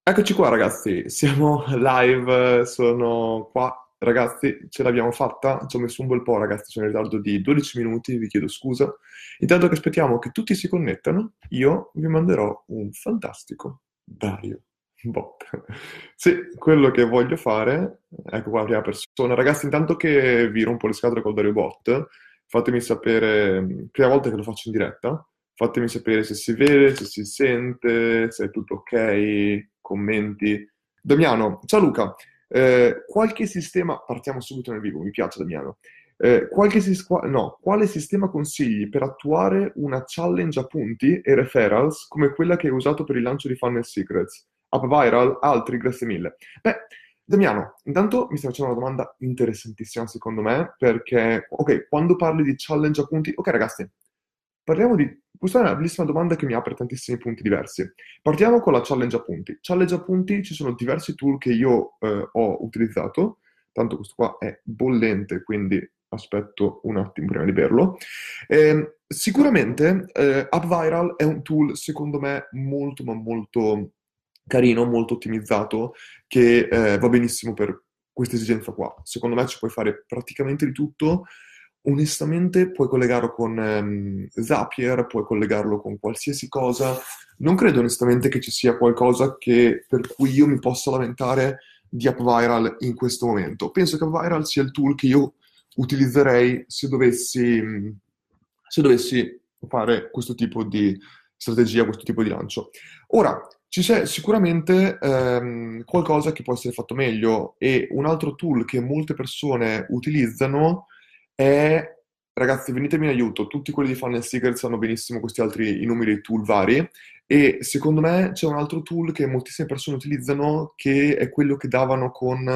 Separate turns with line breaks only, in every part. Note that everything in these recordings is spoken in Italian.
Eccoci qua ragazzi, siamo live, sono qua. Ragazzi, ce l'abbiamo fatta, ci ho messo un bel po' ragazzi, sono in ritardo di 12 minuti, vi chiedo scusa. Intanto che aspettiamo che tutti si connettano, io vi manderò un fantastico Dario bot. Sì, quello che voglio fare, ecco qua la prima persona. Ragazzi, intanto che vi rompo le scatole col Dario bot, fatemi sapere, prima volta che lo faccio in diretta, fatemi sapere se si vede, se si sente, se è tutto ok, commenti. Damiano, ciao Luca. Qualche sistema, partiamo subito nel vivo, mi piace Damiano. Quale sistema consigli per attuare una challenge a punti e referrals come quella che hai usato per il lancio di Funnel Secrets? Up Viral, altri, grazie mille. Beh, Damiano, intanto mi stai facendo una domanda interessantissima secondo me, perché, ok, quando parli di challenge a punti, ok ragazzi, parliamo di... Questa è una bellissima domanda che mi apre tantissimi punti diversi. Partiamo con la challenge a punti. Challenge a punti, ci sono diversi tool che io ho utilizzato, tanto questo qua è bollente, quindi aspetto un attimo prima di berlo. Sicuramente UpViral è un tool, secondo me, molto, ma molto carino, molto ottimizzato, che va benissimo per questa esigenza qua. Secondo me ci puoi fare praticamente di tutto. Onestamente puoi collegarlo con Zapier, puoi collegarlo con qualsiasi cosa. Non credo onestamente che ci sia qualcosa per cui io mi possa lamentare di AppViral in questo momento. Penso che AppViral sia il tool che io utilizzerei se dovessi fare questo tipo di strategia, questo tipo di lancio. Ora, ci c'è sicuramente qualcosa che può essere fatto meglio e un altro tool che molte persone utilizzano è, ragazzi, venitemi in aiuto, tutti quelli di Funnel Secret sanno benissimo questi altri i numeri di tool vari e secondo me c'è un altro tool che moltissime persone utilizzano che è quello che davano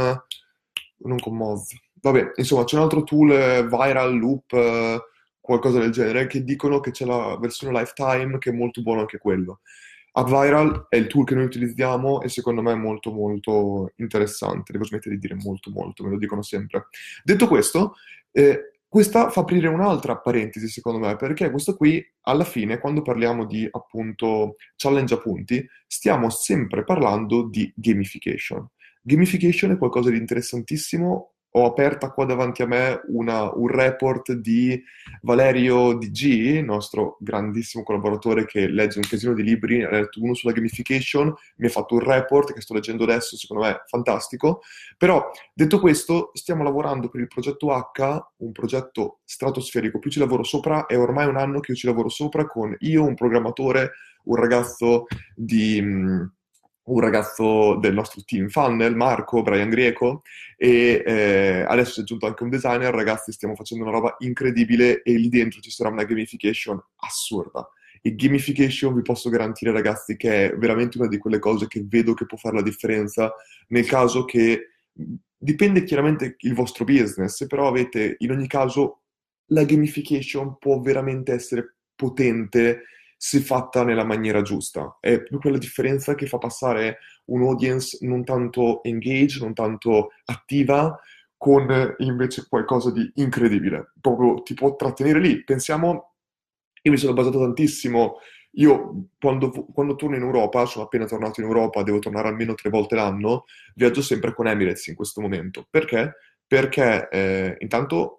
non con Moz. Vabbè, insomma, c'è un altro tool, Viral Loop, qualcosa del genere, che dicono che c'è la versione lifetime che è molto buono anche quello. AppViral è il tool che noi utilizziamo e secondo me è molto molto interessante. Devo smettere di dire molto molto, me lo dicono sempre. Detto questo, questa fa aprire un'altra parentesi secondo me, perché questo qui alla fine, quando parliamo di appunto challenge a punti, stiamo sempre parlando di gamification. Gamification è qualcosa di interessantissimo. Ho aperta qua davanti a me un report di Valerio DG, il nostro grandissimo collaboratore che legge un casino di libri, ha letto uno sulla gamification, mi ha fatto un report che sto leggendo adesso, secondo me fantastico. Però, detto questo, stiamo lavorando per il progetto H, un progetto stratosferico. Più ci lavoro sopra, è ormai un anno che io ci lavoro sopra con io, un programmatore, un ragazzo di... un ragazzo del nostro team Funnel, Marco, Brian Grieco, e adesso si è aggiunto anche un designer, ragazzi, stiamo facendo una roba incredibile e lì dentro ci sarà una gamification assurda. E gamification vi posso garantire, ragazzi, che è veramente una di quelle cose che vedo che può fare la differenza nel caso che dipende chiaramente il vostro business, però avete in ogni caso la gamification può veramente essere potente se fatta nella maniera giusta. È proprio quella differenza che fa passare un'audience non tanto engage, non tanto attiva, con invece qualcosa di incredibile. Proprio ti può trattenere lì. Pensiamo, io mi sono basato tantissimo. Io quando torno in Europa, sono appena tornato in Europa, devo tornare almeno 3 volte l'anno, viaggio sempre con Emirates in questo momento. Perché? Perché intanto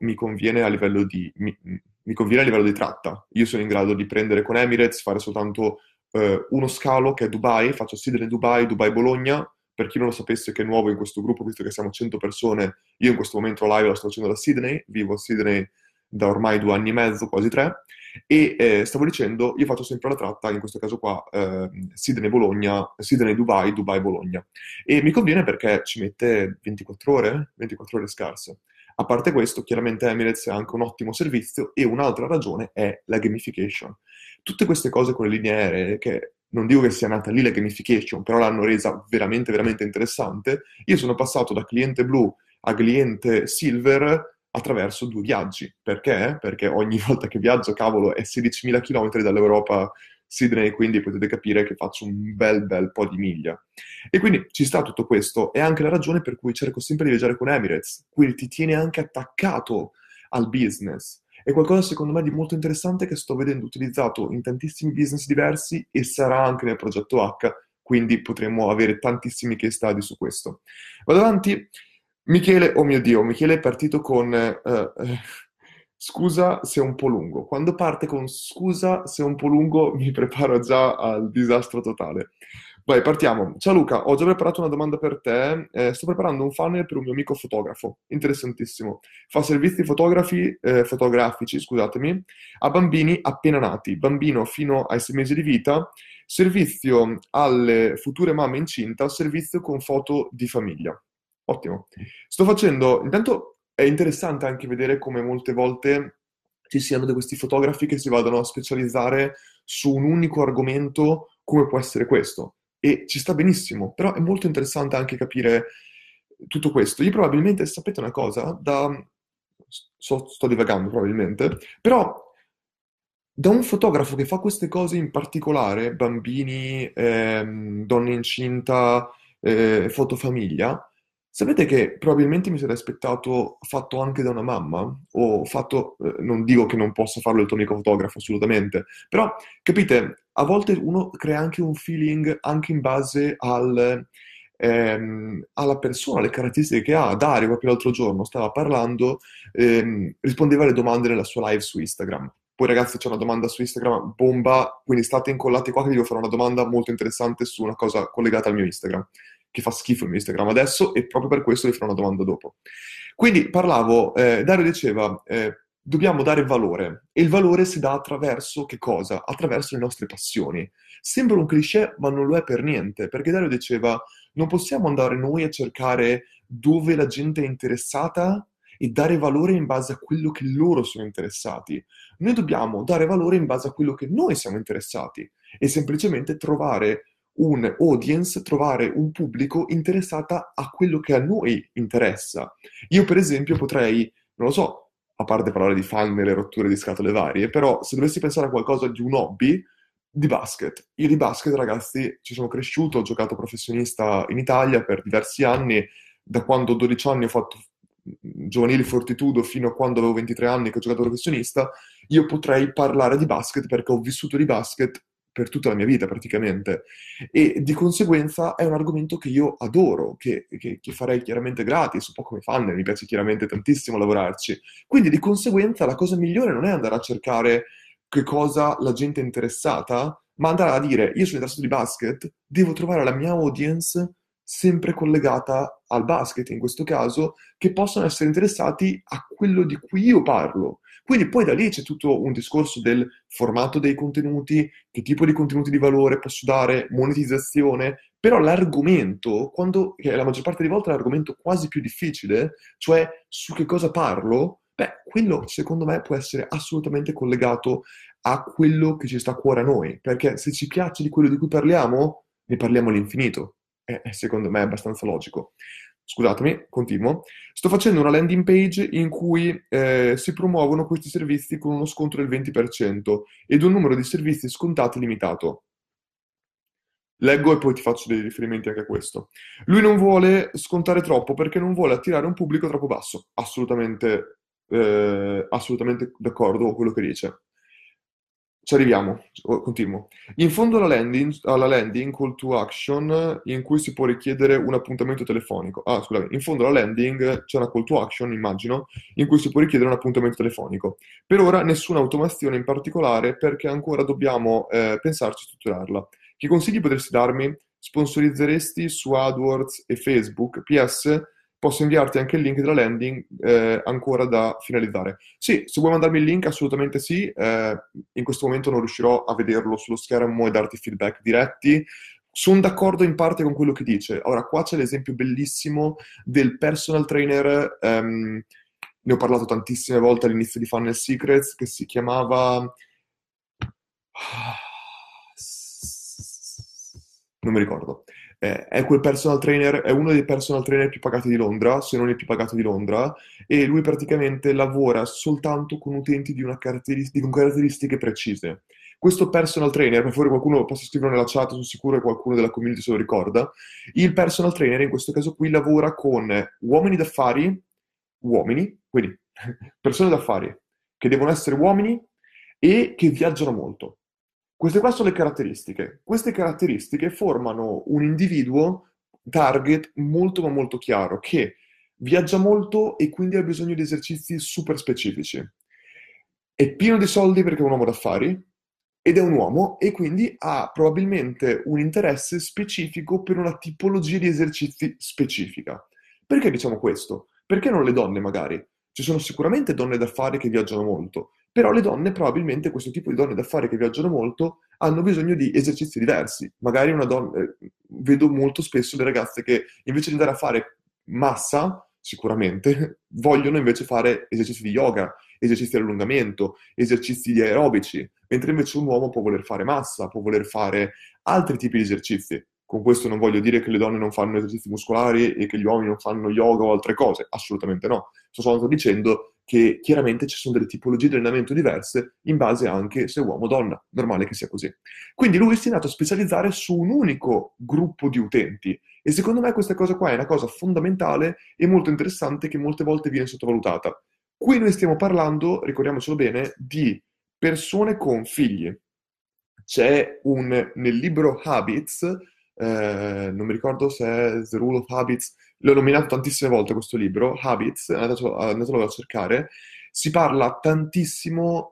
mi conviene a livello di tratta. Io sono in grado di prendere con Emirates, fare soltanto uno scalo che è Dubai, faccio Sydney-Dubai, Dubai-Bologna. Per chi non lo sapesse che è nuovo in questo gruppo, visto che siamo 100 persone, io in questo momento live la sto facendo da Sydney, vivo a Sydney da ormai 2 anni e mezzo, quasi 3, e stavo dicendo, io faccio sempre la tratta, in questo caso qua, Sydney-Bologna, Sydney-Dubai, Dubai-Bologna. E mi conviene perché ci mette 24 ore scarse. A parte questo, chiaramente Emirates ha anche un ottimo servizio e un'altra ragione è la gamification. Tutte queste cose con le linee aeree, che non dico che sia nata lì la gamification, però l'hanno resa veramente, veramente interessante, io sono passato da cliente blu a cliente silver attraverso 2 viaggi. Perché? Perché ogni volta che viaggio, cavolo, è 16.000 km dall'Europa a Sydney, quindi potete capire che faccio un bel bel po' di miglia. E quindi ci sta tutto questo, è anche la ragione per cui cerco sempre di viaggiare con Emirates, quindi ti tiene anche attaccato al business. È qualcosa secondo me di molto interessante che sto vedendo utilizzato in tantissimi business diversi e sarà anche nel progetto H quindi potremmo avere tantissimi case study su questo. Vado avanti. Michele, oh mio Dio, Michele è partito con scusa se è un po' lungo. Quando parte con scusa se è un po' lungo, mi preparo già al disastro totale. Vai, partiamo. Ciao Luca, ho già preparato una domanda per te. Sto preparando un funnel per un mio amico fotografo. Interessantissimo. Fa servizi fotografici, scusatemi, a bambini appena nati, bambino fino ai 6 mesi di vita, servizio alle future mamme incinta, servizio con foto di famiglia. Ottimo. Sto facendo, intanto è interessante anche vedere come molte volte ci siano di questi fotografi che si vadano a specializzare su un unico argomento, come può essere questo. E ci sta benissimo, però è molto interessante anche capire tutto questo. Io probabilmente, sapete una cosa, sto divagando probabilmente, però da un fotografo che fa queste cose in particolare, bambini, donne incinta, fotofamiglia, sapete che probabilmente mi sarei aspettato fatto anche da una mamma, o fatto, non dico che non possa farlo il tuo amico fotografo, assolutamente, però capite, a volte uno crea anche un feeling anche in base alla persona, alle caratteristiche che ha. Dario, proprio l'altro giorno, stava parlando, rispondeva alle domande nella sua live su Instagram. Poi ragazzi c'è una domanda su Instagram bomba, quindi state incollati qua che vi devo fare una domanda molto interessante su una cosa collegata al mio Instagram, che fa schifo il mio Instagram adesso e proprio per questo vi farò una domanda dopo. Quindi parlavo, Dario diceva, dobbiamo dare valore e il valore si dà attraverso che cosa? Attraverso le nostre passioni. Sembra un cliché, ma non lo è per niente, perché Dario diceva, non possiamo andare noi a cercare dove la gente è interessata e dare valore in base a quello che loro sono interessati. Noi dobbiamo dare valore in base a quello che noi siamo interessati e semplicemente trovare un audience, trovare un pubblico interessata a quello che a noi interessa. Io, per esempio, potrei, non lo so, a parte parlare di funnel e rotture di scatole varie, però se dovessi pensare a qualcosa di un hobby, di basket. Io di basket, ragazzi, ci sono cresciuto, ho giocato professionista in Italia per diversi anni, da quando ho 12 anni ho fatto giovanile fortitudo fino a quando avevo 23 anni che ho giocato professionista, io potrei parlare di basket perché ho vissuto di basket per tutta la mia vita praticamente e di conseguenza è un argomento che io adoro, che farei chiaramente gratis, un po' come fan, mi piace chiaramente tantissimo lavorarci. Quindi di conseguenza la cosa migliore non è andare a cercare che cosa la gente è interessata, ma andare a dire io sono interessato di basket, devo trovare la mia audience sempre collegata al basket in questo caso, che possono essere interessati a quello di cui io parlo. Quindi poi da lì c'è tutto un discorso del formato dei contenuti, che tipo di contenuti di valore posso dare, monetizzazione, però l'argomento, che la maggior parte delle volte è l'argomento quasi più difficile, cioè su che cosa parlo, beh, quello secondo me può essere assolutamente collegato a quello che ci sta a cuore a noi, perché se ci piace di quello di cui parliamo, ne parliamo all'infinito. Secondo me è abbastanza logico. Scusatemi, continuo. Sto facendo una landing page in cui si promuovono questi servizi con uno sconto del 20% ed un numero di servizi scontati limitato. Leggo e poi ti faccio dei riferimenti anche a questo. Lui non vuole scontare troppo perché non vuole attirare un pubblico troppo basso. Assolutamente d'accordo con quello che dice. Ci arriviamo, continuo. In fondo alla landing call to action in cui si può richiedere un appuntamento telefonico. Ah, scusate, in fondo alla landing c'è una call to action, immagino, in cui si può richiedere un appuntamento telefonico. Per ora nessuna automazione in particolare perché ancora dobbiamo pensarci a strutturarla. Che consigli potresti darmi? Sponsorizzeresti su AdWords e Facebook? PS, posso inviarti anche il link della landing ancora da finalizzare. Sì, se vuoi mandarmi il link, assolutamente sì. In questo momento non riuscirò a vederlo sullo schermo e darti feedback diretti. Sono d'accordo in parte con quello che dice. Ora, qua c'è l'esempio bellissimo del personal trainer, ne ho parlato tantissime volte all'inizio di Funnel Secrets, che si chiamava... Non mi ricordo. È quel personal trainer, è uno dei personal trainer più pagati di Londra, se non il più pagato di Londra, e lui praticamente lavora soltanto con utenti con caratteristiche precise. Questo personal trainer, per favore qualcuno possa scriverlo nella chat, sono sicuro che qualcuno della community se lo ricorda, il personal trainer in questo caso qui lavora con uomini d'affari, uomini, quindi persone d'affari, che devono essere uomini e che viaggiano molto. Queste qua sono le caratteristiche. Queste caratteristiche formano un individuo target molto ma molto chiaro che viaggia molto e quindi ha bisogno di esercizi super specifici. È pieno di soldi perché è un uomo d'affari ed è un uomo e quindi ha probabilmente un interesse specifico per una tipologia di esercizi specifica. Perché diciamo questo? Perché non le donne magari? Ci sono sicuramente donne d'affari che viaggiano molto, però le donne, probabilmente questo tipo di donne d'affari che viaggiano molto, hanno bisogno di esercizi diversi. Magari una donna, vedo molto spesso le ragazze che invece di andare a fare massa, sicuramente, vogliono invece fare esercizi di yoga, esercizi di allungamento, esercizi di aerobici, mentre invece un uomo può voler fare massa, può voler fare altri tipi di esercizi. Con questo non voglio dire che le donne non fanno esercizi muscolari e che gli uomini non fanno yoga o altre cose, assolutamente no. Sto solo dicendo che chiaramente ci sono delle tipologie di allenamento diverse in base anche se uomo o donna, normale che sia così. Quindi lui si è andato a specializzare su un unico gruppo di utenti e secondo me questa cosa qua è una cosa fondamentale e molto interessante che molte volte viene sottovalutata. Qui noi stiamo parlando, ricordiamocelo bene, di persone con figli. Nel libro Habits, non mi ricordo se è The Rule of Habits, l'ho nominato tantissime volte questo libro, Habits, andatelo a cercare, si parla tantissimo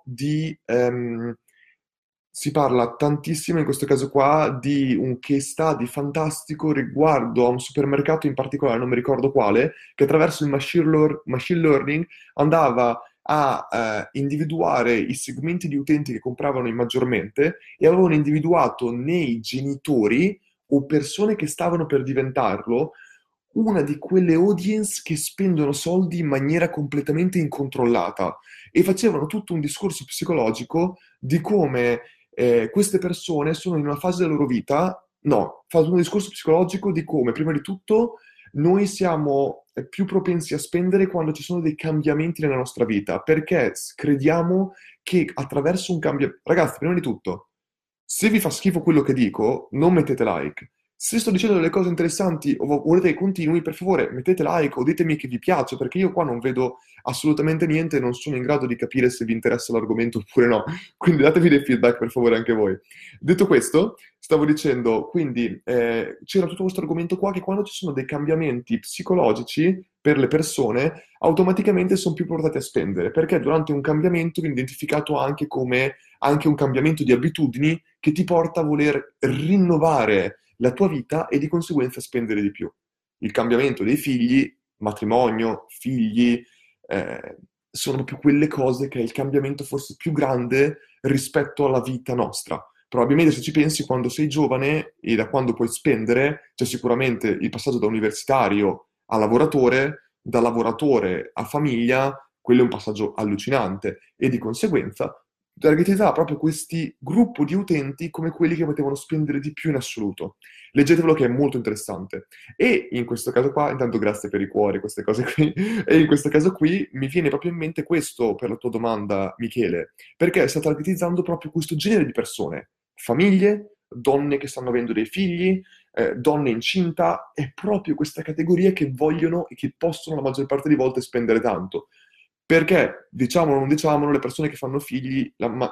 si parla tantissimo in questo caso qua di un case study fantastico riguardo a un supermercato in particolare, non mi ricordo quale, che attraverso il machine learning andava a individuare i segmenti di utenti che compravano maggiormente e avevano individuato nei genitori o persone che stavano per diventarlo una di quelle audience che spendono soldi in maniera completamente incontrollata e facevano tutto un discorso psicologico di come queste persone sono in una fase della loro vita, no, fa un discorso psicologico di come, prima di tutto, noi siamo più propensi a spendere quando ci sono dei cambiamenti nella nostra vita, perché crediamo che attraverso un cambio... Ragazzi, prima di tutto, se vi fa schifo quello che dico, non mettete like. Se sto dicendo delle cose interessanti o volete che continui, per favore mettete like o ditemi che vi piace, perché io qua non vedo assolutamente niente e non sono in grado di capire se vi interessa l'argomento oppure no. Quindi datevi dei feedback per favore anche voi. Detto questo, stavo dicendo, quindi c'era tutto questo argomento qua che quando ci sono dei cambiamenti psicologici per le persone, automaticamente sono più portati a spendere, perché durante un cambiamento viene identificato anche come anche un cambiamento di abitudini che ti porta a voler rinnovare la tua vita e di conseguenza spendere di più. Il cambiamento dei figli, matrimonio, figli, eh, sono proprio quelle cose che è il cambiamento forse più grande rispetto alla vita nostra. Probabilmente se ci pensi, quando sei giovane e da quando puoi spendere, c'è sicuramente il passaggio da universitario a lavoratore, da lavoratore a famiglia, quello è un passaggio allucinante e di conseguenza targetizzava proprio questi gruppo di utenti come quelli che potevano spendere di più in assoluto. Leggetevelo che è molto interessante. E in questo caso qua, intanto grazie per i cuori, queste cose qui, e in questo caso qui mi viene proprio in mente questo per la tua domanda, Michele, perché sta targetizzando proprio questo genere di persone, famiglie, donne che stanno avendo dei figli, donne incinta, è proprio questa categoria che vogliono e che possono la maggior parte delle volte spendere tanto. Perché, diciamolo o non diciamolo, le persone che fanno figli,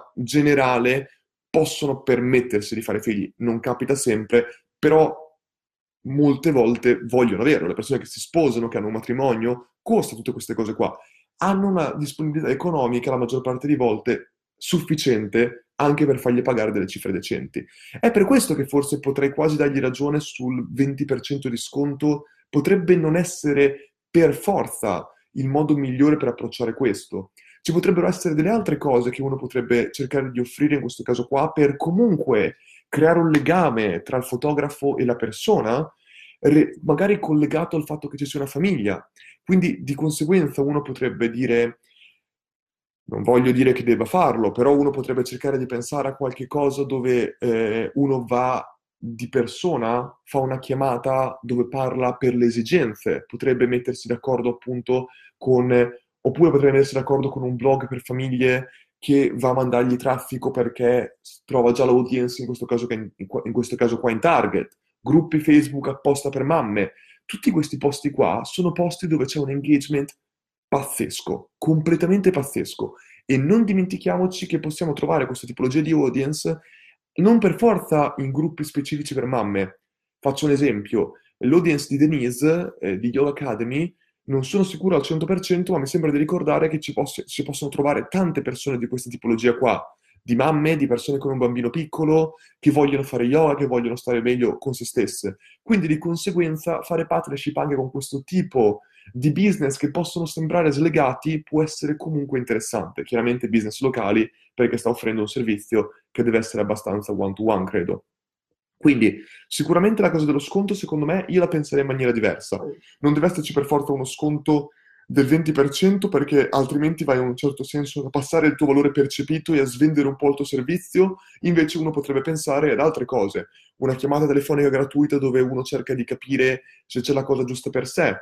generale, possono permettersi di fare figli. Non capita sempre, però molte volte vogliono averlo. Le persone che si sposano, che hanno un matrimonio, costa tutte queste cose qua. Hanno una disponibilità economica la maggior parte di volte sufficiente anche per fargli pagare delle cifre decenti. È per questo che forse potrei quasi dargli ragione sul 20% di sconto, potrebbe non essere per forza il modo migliore per approcciare questo. Ci potrebbero essere delle altre cose che uno potrebbe cercare di offrire in questo caso qua per comunque creare un legame tra il fotografo e la persona, magari collegato al fatto che ci sia una famiglia. Quindi di conseguenza uno potrebbe dire, non voglio dire che debba farlo, però uno potrebbe cercare di pensare a qualche cosa dove uno va di persona, fa una chiamata dove parla per le esigenze, potrebbe mettersi d'accordo appunto con, oppure potrebbe mettersi d'accordo con un blog per famiglie che va a mandargli traffico perché trova già l'audience, in questo caso, in questo caso qua in target, gruppi Facebook apposta per mamme. Tutti questi posti qua sono posti dove c'è un engagement pazzesco, completamente pazzesco. E non dimentichiamoci che possiamo trovare questa tipologia di audience non per forza in gruppi specifici per mamme. Faccio un esempio, l'audience di Denise, di Yoga Academy, non sono sicuro al 100%, ma mi sembra di ricordare che ci possono trovare tante persone di questa tipologia qua, di mamme, di persone con un bambino piccolo, che vogliono fare yoga, che vogliono stare meglio con se stesse. Quindi di conseguenza fare partnership anche con questo tipo di business che possono sembrare slegati può essere comunque interessante. Chiaramente business locali perché sta offrendo un servizio che deve essere abbastanza one to one, credo. Quindi sicuramente la cosa dello sconto, secondo me, io la penserei in maniera diversa. Non deve esserci per forza uno sconto del 20% perché altrimenti vai in un certo senso a passare il tuo valore percepito e a svendere un po' il tuo servizio. Invece uno potrebbe pensare ad altre cose. Una chiamata telefonica gratuita dove uno cerca di capire se c'è la cosa giusta per sé.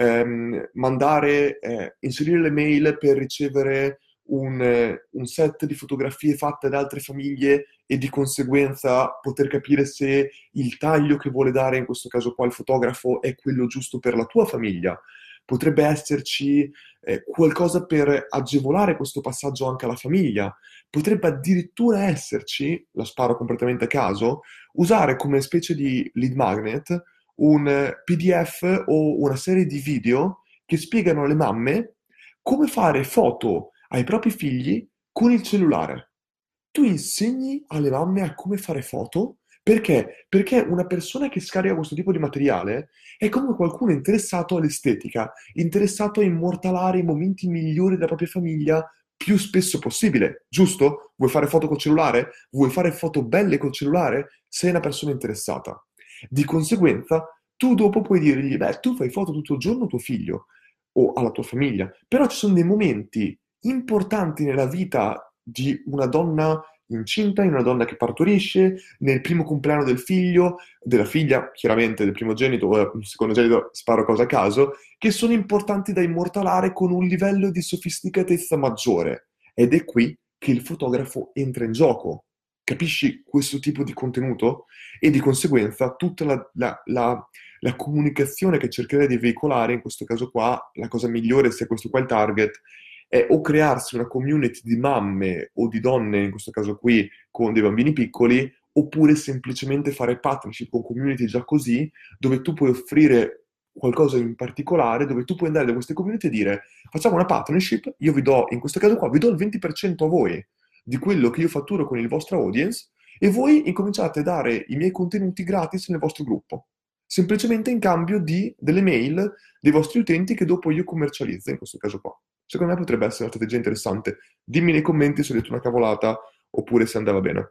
Inserire le mail per ricevere un set di fotografie fatte da altre famiglie e di conseguenza poter capire se il taglio che vuole dare in questo caso qua il fotografo è quello giusto per la tua famiglia. Potrebbe esserci qualcosa per agevolare questo passaggio anche alla famiglia. Potrebbe addirittura esserci, la sparo completamente a caso, usare come specie di lead magnet un PDF o una serie di video che spiegano alle mamme come fare foto ai propri figli con il cellulare. Tu insegni alle mamme a come fare foto? Perché? Perché una persona che scarica questo tipo di materiale è come qualcuno interessato all'estetica, interessato a immortalare i momenti migliori della propria famiglia più spesso possibile, giusto? Vuoi fare foto col cellulare? Vuoi fare foto belle col cellulare? Sei una persona interessata. Di conseguenza, tu dopo puoi dirgli, beh, tu fai foto tutto il giorno a tuo figlio o alla tua famiglia, però ci sono dei momenti importanti nella vita di una donna incinta, in una donna che partorisce, nel primo compleanno del figlio, della figlia, chiaramente del primogenito o del secondogenito, sparo cosa a caso, che sono importanti da immortalare con un livello di sofisticatezza maggiore. Ed è qui che il fotografo entra in gioco. Capisci questo tipo di contenuto? E di conseguenza tutta la comunicazione che cercherei di veicolare, in questo caso qua, la cosa migliore, se questo qua è il target, è o crearsi una community di mamme o di donne, in questo caso qui, con dei bambini piccoli, oppure semplicemente fare partnership con community già così, dove tu puoi offrire qualcosa in particolare, dove tu puoi andare da queste community e dire facciamo una partnership, io vi do, in questo caso qua, vi do il 20% a voi di quello che io fatturo con il vostro audience e voi incominciate a dare i miei contenuti gratis nel vostro gruppo, semplicemente in cambio di delle mail dei vostri utenti che dopo io commercializzo, in questo caso qua. Secondo me potrebbe essere una strategia interessante. Dimmi nei commenti se ho detto una cavolata oppure se andava bene.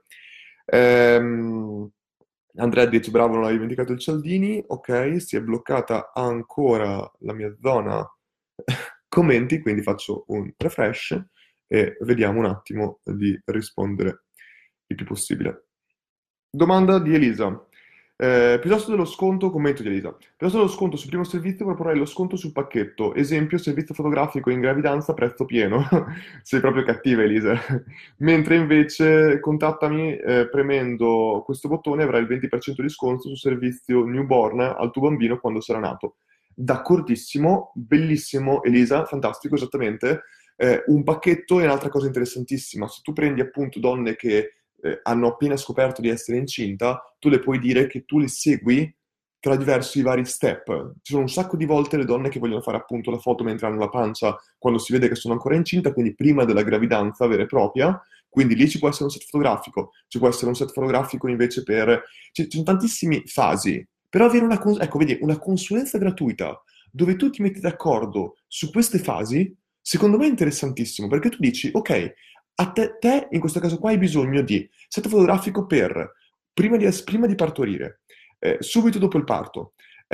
Ehm, Andrea dice, bravo, non hai dimenticato il Cialdini. Ok, si è bloccata ancora la mia zona commenti, quindi faccio un refresh e vediamo un attimo di rispondere il più possibile. Domanda di Elisa. Piuttosto dello sconto, commento di Elisa. Piuttosto dello sconto sul primo servizio proporrei lo sconto sul pacchetto. Esempio, servizio fotografico in gravidanza, prezzo pieno. Sei proprio cattiva, Elisa. Mentre invece contattami premendo questo bottone avrai il 20% di sconto sul servizio newborn al tuo bambino quando sarà nato. D'accordissimo, bellissimo, Elisa, fantastico, esattamente. Un pacchetto è un'altra cosa interessantissima. Se tu prendi appunto donne che hanno appena scoperto di essere incinta, tu le puoi dire che tu le segui tra diversi vari step. Ci sono un sacco di volte le donne che vogliono fare appunto la foto mentre hanno la pancia quando si vede che sono ancora incinta, quindi prima della gravidanza vera e propria. Quindi lì ci può essere un set fotografico, ci può essere un set fotografico invece per... Ci sono tantissime fasi, però avere ecco, vedi, una consulenza gratuita dove tu ti metti d'accordo su queste fasi, secondo me è interessantissimo, perché tu dici, ok, te in questo caso qua hai bisogno di set fotografico per prima di partorire, subito dopo il parto,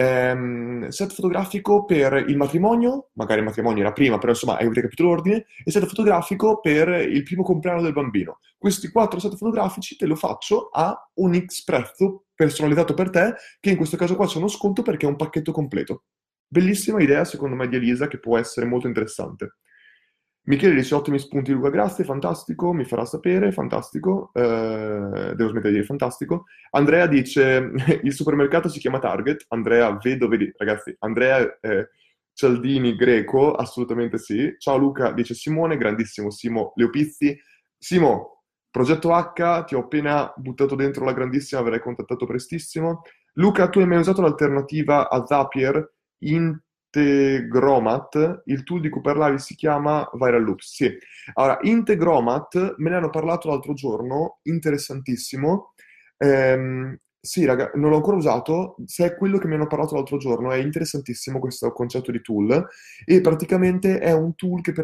set fotografico per il matrimonio, magari il matrimonio era prima, però insomma hai capito l'ordine, e set fotografico per il primo compleanno del bambino. Questi quattro set fotografici te lo faccio a un X prezzo personalizzato per te, che in questo caso qua c'è uno sconto perché è un pacchetto completo. Bellissima idea, secondo me, di Elisa, che può essere molto interessante. Michele dice ottimi spunti di Luca Grassi, fantastico, mi farà sapere, fantastico, devo smettere di dire fantastico. Andrea dice il supermercato si chiama Target, Andrea vedo, vedi, ragazzi, Andrea Cialdini Greco, assolutamente sì. Ciao Luca, dice Simone, grandissimo Simo Leopizzi. Simo, Progetto H, ti ho appena buttato dentro la grandissima, verrai contattato prestissimo. Luca, tu hai mai usato l'alternativa a Zapier, Integromat? Il tool di cui parlavi si chiama Viral Loops. Sì. Allora, Integromat, me ne hanno parlato l'altro giorno, interessantissimo. Sì, raga, non l'ho ancora usato. Se è quello che mi hanno parlato l'altro giorno, è interessantissimo questo concetto di tool. E praticamente è un tool che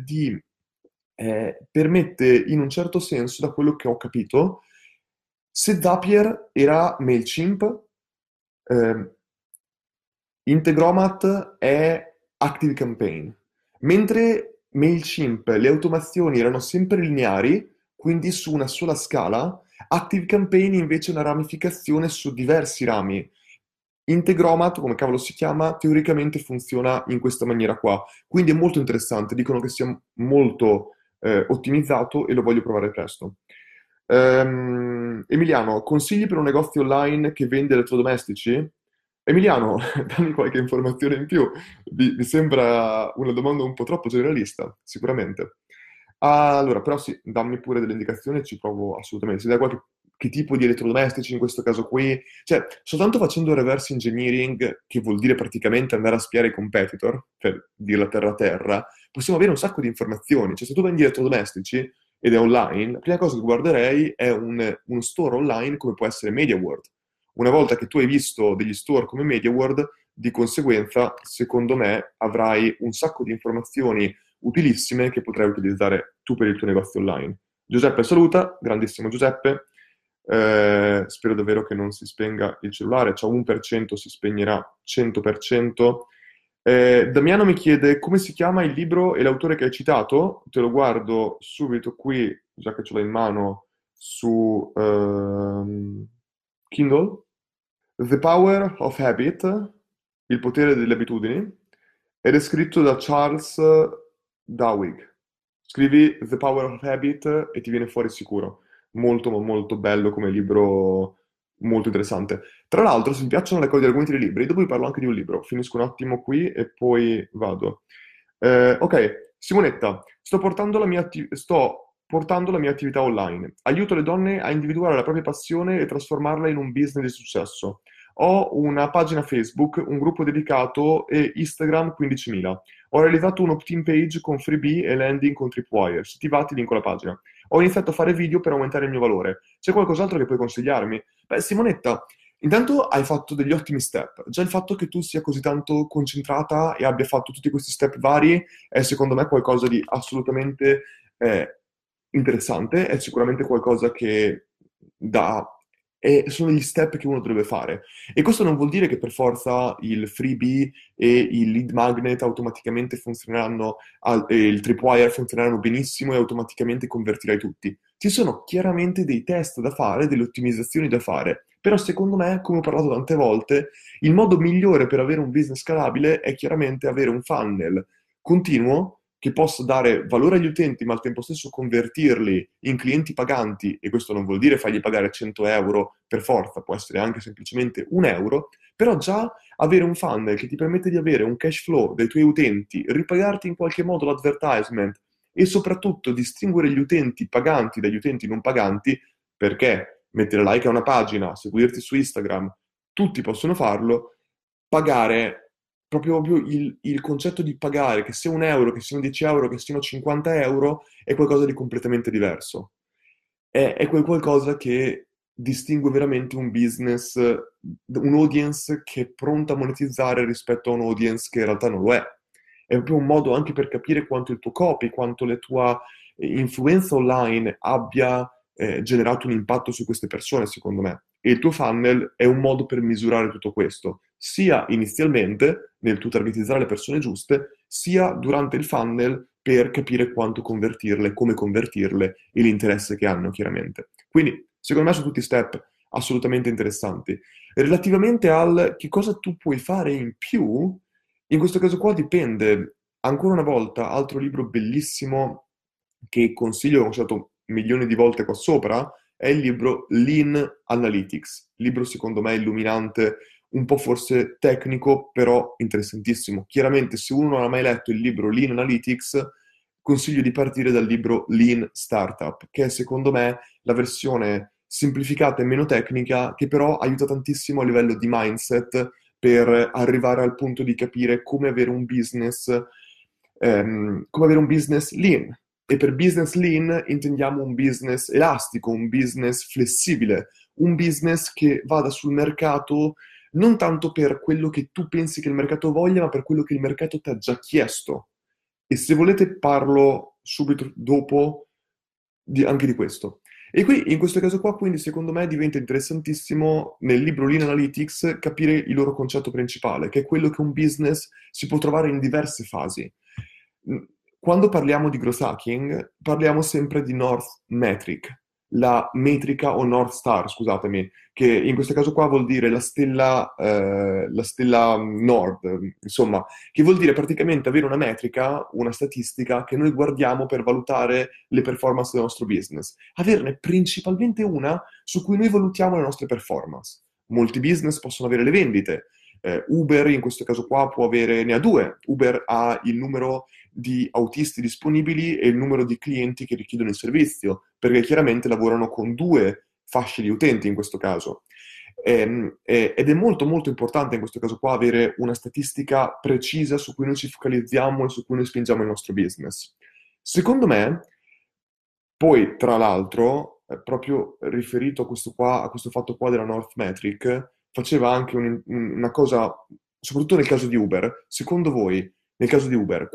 permette in un certo senso, da quello che ho capito, se Zapier era Mailchimp, ehm, Integromat è ActiveCampaign, mentre Mailchimp le automazioni erano sempre lineari, quindi su una sola scala, ActiveCampaign invece è una ramificazione su diversi rami. Integromat, come cavolo si chiama, teoricamente funziona in questa maniera qua. Quindi è molto interessante, dicono che sia molto ottimizzato e lo voglio provare presto. Emiliano, consigli per un negozio online che vende elettrodomestici? Emiliano, dammi qualche informazione in più. Mi sembra una domanda un po' troppo generalista, sicuramente. Allora, però sì, dammi pure delle indicazioni e ci provo assolutamente. Se dai qualche che tipo di elettrodomestici in questo caso qui, cioè, soltanto facendo reverse engineering, che vuol dire praticamente andare a spiare i competitor, per dirla terra a terra, possiamo avere un sacco di informazioni. Cioè, se tu vendi elettrodomestici ed è online, la prima cosa che guarderei è un store online come può essere MediaWorld. Una volta che tu hai visto degli store come MediaWorld, di conseguenza, secondo me, avrai un sacco di informazioni utilissime che potrai utilizzare tu per il tuo negozio online. Giuseppe saluta, grandissimo Giuseppe. Spero davvero che non si spenga il cellulare, c'è 1%, si spegnerà 100%. Damiano mi chiede come si chiama il libro e l'autore che hai citato. Te lo guardo subito qui, già che ce l'ho in mano, su Kindle. The Power of Habit, il potere delle abitudini, ed è scritto da Charles Duhigg. Scrivi The Power of Habit e ti viene fuori sicuro. Molto, molto bello come libro, molto interessante. Tra l'altro, se ti piacciono le cose, gli argomenti dei libri, dopo vi parlo anche di un libro. Finisco un attimo qui e poi vado. Ok, Simonetta, sto portando la mia attività online. Aiuto le donne a individuare la propria passione e trasformarla in un business di successo. Ho una pagina Facebook, un gruppo dedicato e Instagram 15.000. Ho realizzato un opt-in page con freebie e landing con Tripwire. Se ti va, ti linko la pagina. Ho iniziato a fare video per aumentare il mio valore. C'è qualcos'altro che puoi consigliarmi? Beh, Simonetta, intanto hai fatto degli ottimi step. Già il fatto che tu sia così tanto concentrata e abbia fatto tutti questi step vari è secondo me qualcosa di assolutamente interessante, è sicuramente qualcosa che dà... sono gli step che uno dovrebbe fare. E questo non vuol dire che per forza il freebie e il lead magnet automaticamente funzioneranno, e il tripwire funzioneranno benissimo e automaticamente convertirai tutti. Ci sono chiaramente dei test da fare, delle ottimizzazioni da fare, però secondo me, come ho parlato tante volte, il modo migliore per avere un business scalabile è chiaramente avere un funnel continuo che possa dare valore agli utenti, ma al tempo stesso convertirli in clienti paganti, e questo non vuol dire fargli pagare 100 euro per forza, può essere anche semplicemente un euro, però già avere un funnel che ti permette di avere un cash flow dai tuoi utenti, ripagarti in qualche modo l'advertisement e soprattutto distinguere gli utenti paganti dagli utenti non paganti, perché mettere like a una pagina, seguirti su Instagram, tutti possono farlo, pagare, proprio il concetto di pagare, che sia un euro, che siano 10 euro, che siano 50 euro, è qualcosa di completamente diverso. È quel qualcosa che distingue veramente un business, un audience che è pronta a monetizzare rispetto a un audience che in realtà non lo è. È proprio un modo anche per capire quanto il tuo copy, quanto la tua influenza online abbia generato un impatto su queste persone, secondo me. E il tuo funnel è un modo per misurare tutto questo, sia inizialmente nel tuo targetizzare le persone giuste, sia durante il funnel per capire quanto convertirle, come convertirle e l'interesse che hanno, chiaramente. Quindi, secondo me, sono tutti step assolutamente interessanti. Relativamente al che cosa tu puoi fare in più, in questo caso qua dipende. Ancora una volta, altro libro bellissimo che consiglio, ho citato milioni di volte qua sopra, è il libro Lean Analytics. Libro secondo me illuminante, un po' forse tecnico, però interessantissimo. Chiaramente se uno non ha mai letto il libro Lean Analytics, consiglio di partire dal libro Lean Startup, che è secondo me la versione semplificata e meno tecnica, che però aiuta tantissimo a livello di mindset per arrivare al punto di capire come avere un business lean. E per business lean intendiamo un business elastico, un business flessibile, un business che vada sul mercato non tanto per quello che tu pensi che il mercato voglia, ma per quello che il mercato ti ha già chiesto. E se volete parlo subito dopo anche di questo. E qui, in questo caso qua, quindi, secondo me diventa interessantissimo nel libro Lean Analytics capire il loro concetto principale, che è quello che un business si può trovare in diverse fasi. Quando parliamo di growth hacking, parliamo sempre di North Metric, la metrica o North Star, scusatemi, che in questo caso qua vuol dire la stella nord, insomma, che vuol dire praticamente avere una metrica, una statistica che noi guardiamo per valutare le performance del nostro business. Averne principalmente una su cui noi valutiamo le nostre performance. Molti business possono avere le vendite. Uber in questo caso qua ne ha due. Uber ha il numero di autisti disponibili e il numero di clienti che richiedono il servizio, perché chiaramente lavorano con due fasce di utenti in questo caso. Ed è molto molto importante in questo caso qua avere una statistica precisa su cui noi ci focalizziamo e su cui noi spingiamo il nostro business. Secondo me, poi tra l'altro, proprio riferito a questo fatto qua della North Metric, faceva anche una cosa, soprattutto nel caso di Uber. Secondo voi, nel caso di Uber,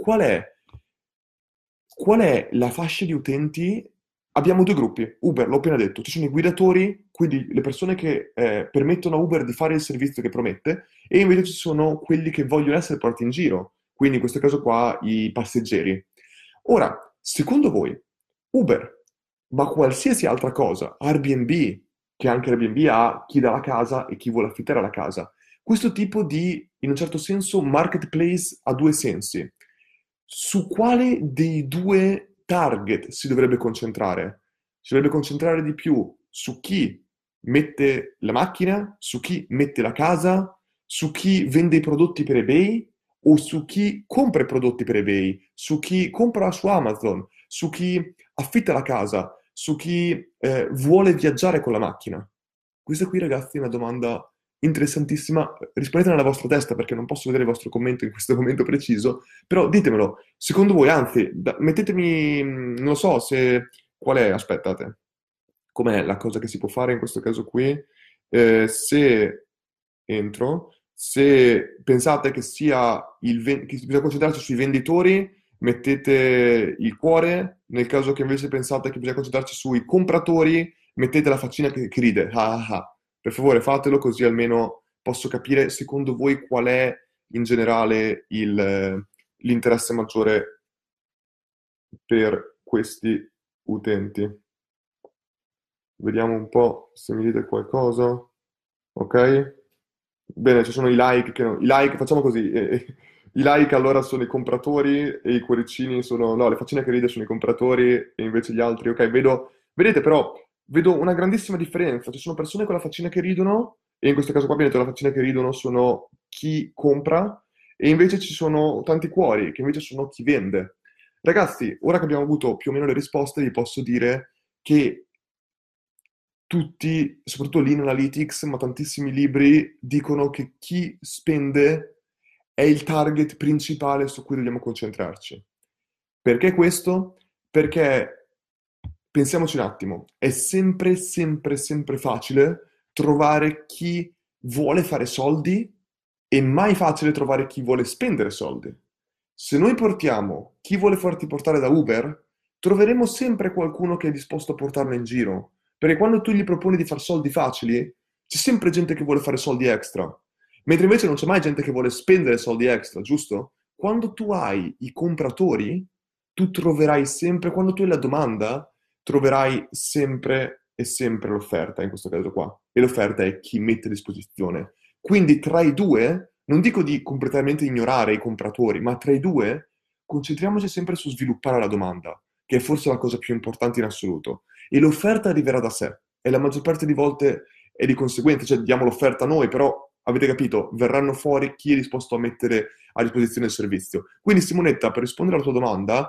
qual è la fascia di utenti? Abbiamo due gruppi. Uber, l'ho appena detto, ci sono i guidatori, quindi le persone che permettono a Uber di fare il servizio che promette, e invece ci sono quelli che vogliono essere portati in giro, quindi in questo caso qua i passeggeri. Ora, secondo voi, Uber, ma qualsiasi altra cosa, Airbnb, che anche Airbnb ha chi dà la casa e chi vuole affittare la casa, questo tipo di, in un certo senso, marketplace ha due sensi. Su quale dei due target si dovrebbe concentrare? Si dovrebbe concentrare di più su chi mette la macchina, su chi mette la casa, su chi vende i prodotti per eBay o su chi compra i prodotti per eBay, su chi compra su Amazon, su chi affitta la casa, su chi vuole viaggiare con la macchina? Questa qui, ragazzi, è una domanda interessantissima. Rispondete nella vostra testa perché non posso vedere il vostro commento in questo momento preciso, però ditemelo, secondo voi, anzi, mettetemi, non lo so se... Qual è? Aspettate. Com'è la cosa che si può fare in questo caso qui? Se entro, se pensate che che bisogna concentrarsi sui venditori, mettete il cuore. Nel caso che invece pensate che bisogna concentrarsi sui compratori, mettete la faccina che ride. Ah, ah, ah. Per favore, fatelo così almeno posso capire secondo voi qual è in generale l'interesse maggiore per questi utenti. Vediamo un po' se mi dite qualcosa. Ok? Bene, ci sono i like I like, facciamo così. I like allora sono i compratori e i cuoricini sono... No, le faccine che ride sono i compratori e invece gli altri... Ok, vedete però, vedo una grandissima differenza. Ci sono persone con la faccina che ridono e in questo caso qua, vedete, la faccina che ridono sono chi compra e invece ci sono tanti cuori che invece sono chi vende. Ragazzi, ora che abbiamo avuto più o meno le risposte, vi posso dire che tutti, soprattutto l'In Analytics, ma tantissimi libri dicono che chi spende è il target principale su cui dobbiamo concentrarci. Perché questo? Perché, pensiamoci un attimo, è sempre, sempre, sempre facile trovare chi vuole fare soldi e mai facile trovare chi vuole spendere soldi. Se noi portiamo chi vuole farti portare da Uber, troveremo sempre qualcuno che è disposto a portarlo in giro. Perché quando tu gli proponi di fare soldi facili, c'è sempre gente che vuole fare soldi extra. Mentre invece non c'è mai gente che vuole spendere soldi extra, giusto? Quando tu hai i compratori, tu troverai sempre, quando tu hai la domanda, troverai sempre e sempre l'offerta, in questo caso qua. E l'offerta è chi mette a disposizione. Quindi tra i due, non dico di completamente ignorare i compratori, ma tra i due concentriamoci sempre su sviluppare la domanda, che è forse la cosa più importante in assoluto. E l'offerta arriverà da sé. E la maggior parte di volte è di conseguenza, cioè diamo l'offerta a noi, però avete capito, verranno fuori chi è disposto a mettere a disposizione il servizio. Quindi Simonetta, per rispondere alla tua domanda,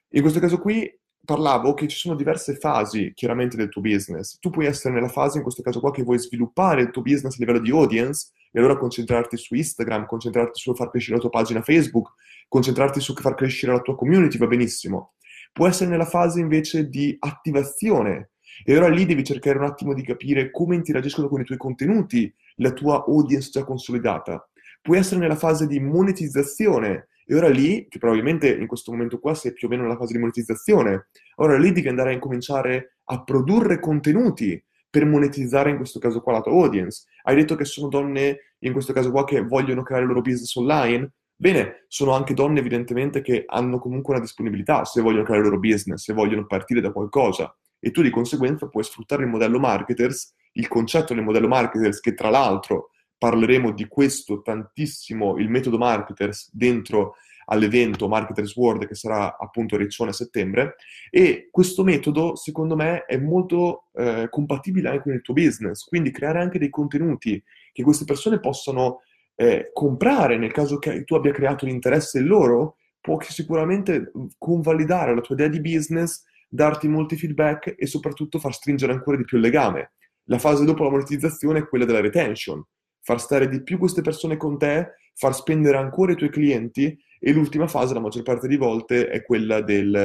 In questo caso qui parlavo che ci sono diverse fasi chiaramente del tuo business. Tu puoi essere nella fase, in questo caso qua, che vuoi sviluppare il tuo business a livello di audience e allora concentrarti su Instagram, concentrarti su far crescere la tua pagina Facebook, concentrarti su far crescere la tua community, va benissimo. Può essere nella fase invece di attivazione e allora lì devi cercare un attimo di capire come interagiscono con i tuoi contenuti la tua audience già consolidata. Puoi essere nella fase di monetizzazione e ora lì, che probabilmente in questo momento qua sei più o meno nella fase di monetizzazione, ora lì devi andare a incominciare a produrre contenuti per monetizzare in questo caso qua la tua audience. Hai detto che sono donne in questo caso qua che vogliono creare il loro business online? Bene, sono anche donne evidentemente che hanno comunque una disponibilità se vogliono creare il loro business, se vogliono partire da qualcosa e tu di conseguenza puoi sfruttare il modello marketers, il concetto del modello marketers che tra l'altro parleremo di questo tantissimo, il metodo marketers dentro all'evento Marketers World che sarà appunto a Riccione a settembre e questo metodo secondo me è molto compatibile anche con il tuo business, quindi creare anche dei contenuti che queste persone possano comprare nel caso che tu abbia creato l'interesse in loro, può che sicuramente convalidare la tua idea di business, darti molti feedback e soprattutto far stringere ancora di più il legame. La fase dopo la monetizzazione è quella della retention, far stare di più queste persone con te, far spendere ancora i tuoi clienti e l'ultima fase, la maggior parte di volte, è quella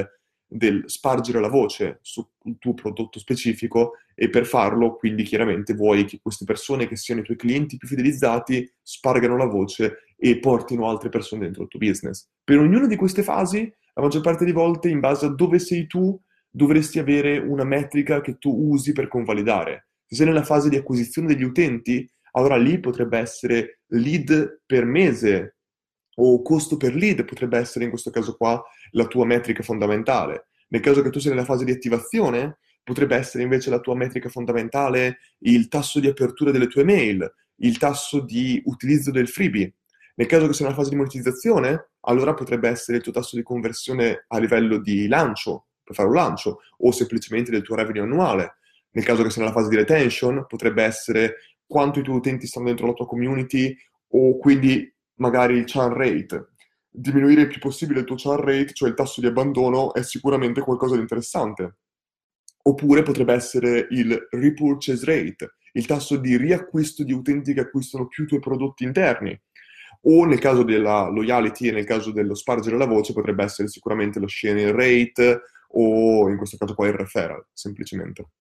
del spargere la voce sul tuo prodotto specifico e per farlo, quindi chiaramente vuoi che queste persone che siano i tuoi clienti più fidelizzati spargano la voce e portino altre persone dentro il tuo business. Per ognuna di queste fasi, la maggior parte di volte, in base a dove sei tu, dovresti avere una metrica che tu usi per convalidare. Se sei nella fase di acquisizione degli utenti, allora lì potrebbe essere lead per mese o costo per lead, potrebbe essere in questo caso qua la tua metrica fondamentale. Nel caso che tu sia nella fase di attivazione, potrebbe essere invece la tua metrica fondamentale il tasso di apertura delle tue mail, il tasso di utilizzo del freebie. Nel caso che sia nella fase di monetizzazione, allora potrebbe essere il tuo tasso di conversione a livello di lancio, per fare un lancio, o semplicemente del tuo revenue annuale. Nel caso che sia nella fase di retention, potrebbe essere quanto i tuoi utenti stanno dentro la tua community o quindi magari il churn rate. Diminuire il più possibile il tuo churn rate, cioè il tasso di abbandono, è sicuramente qualcosa di interessante. Oppure potrebbe essere il repurchase rate, il tasso di riacquisto di utenti che acquistano più tuoi prodotti interni. O nel caso della loyalty e nel caso dello spargere la voce potrebbe essere sicuramente lo sharing rate o in questo caso qua il referral, semplicemente.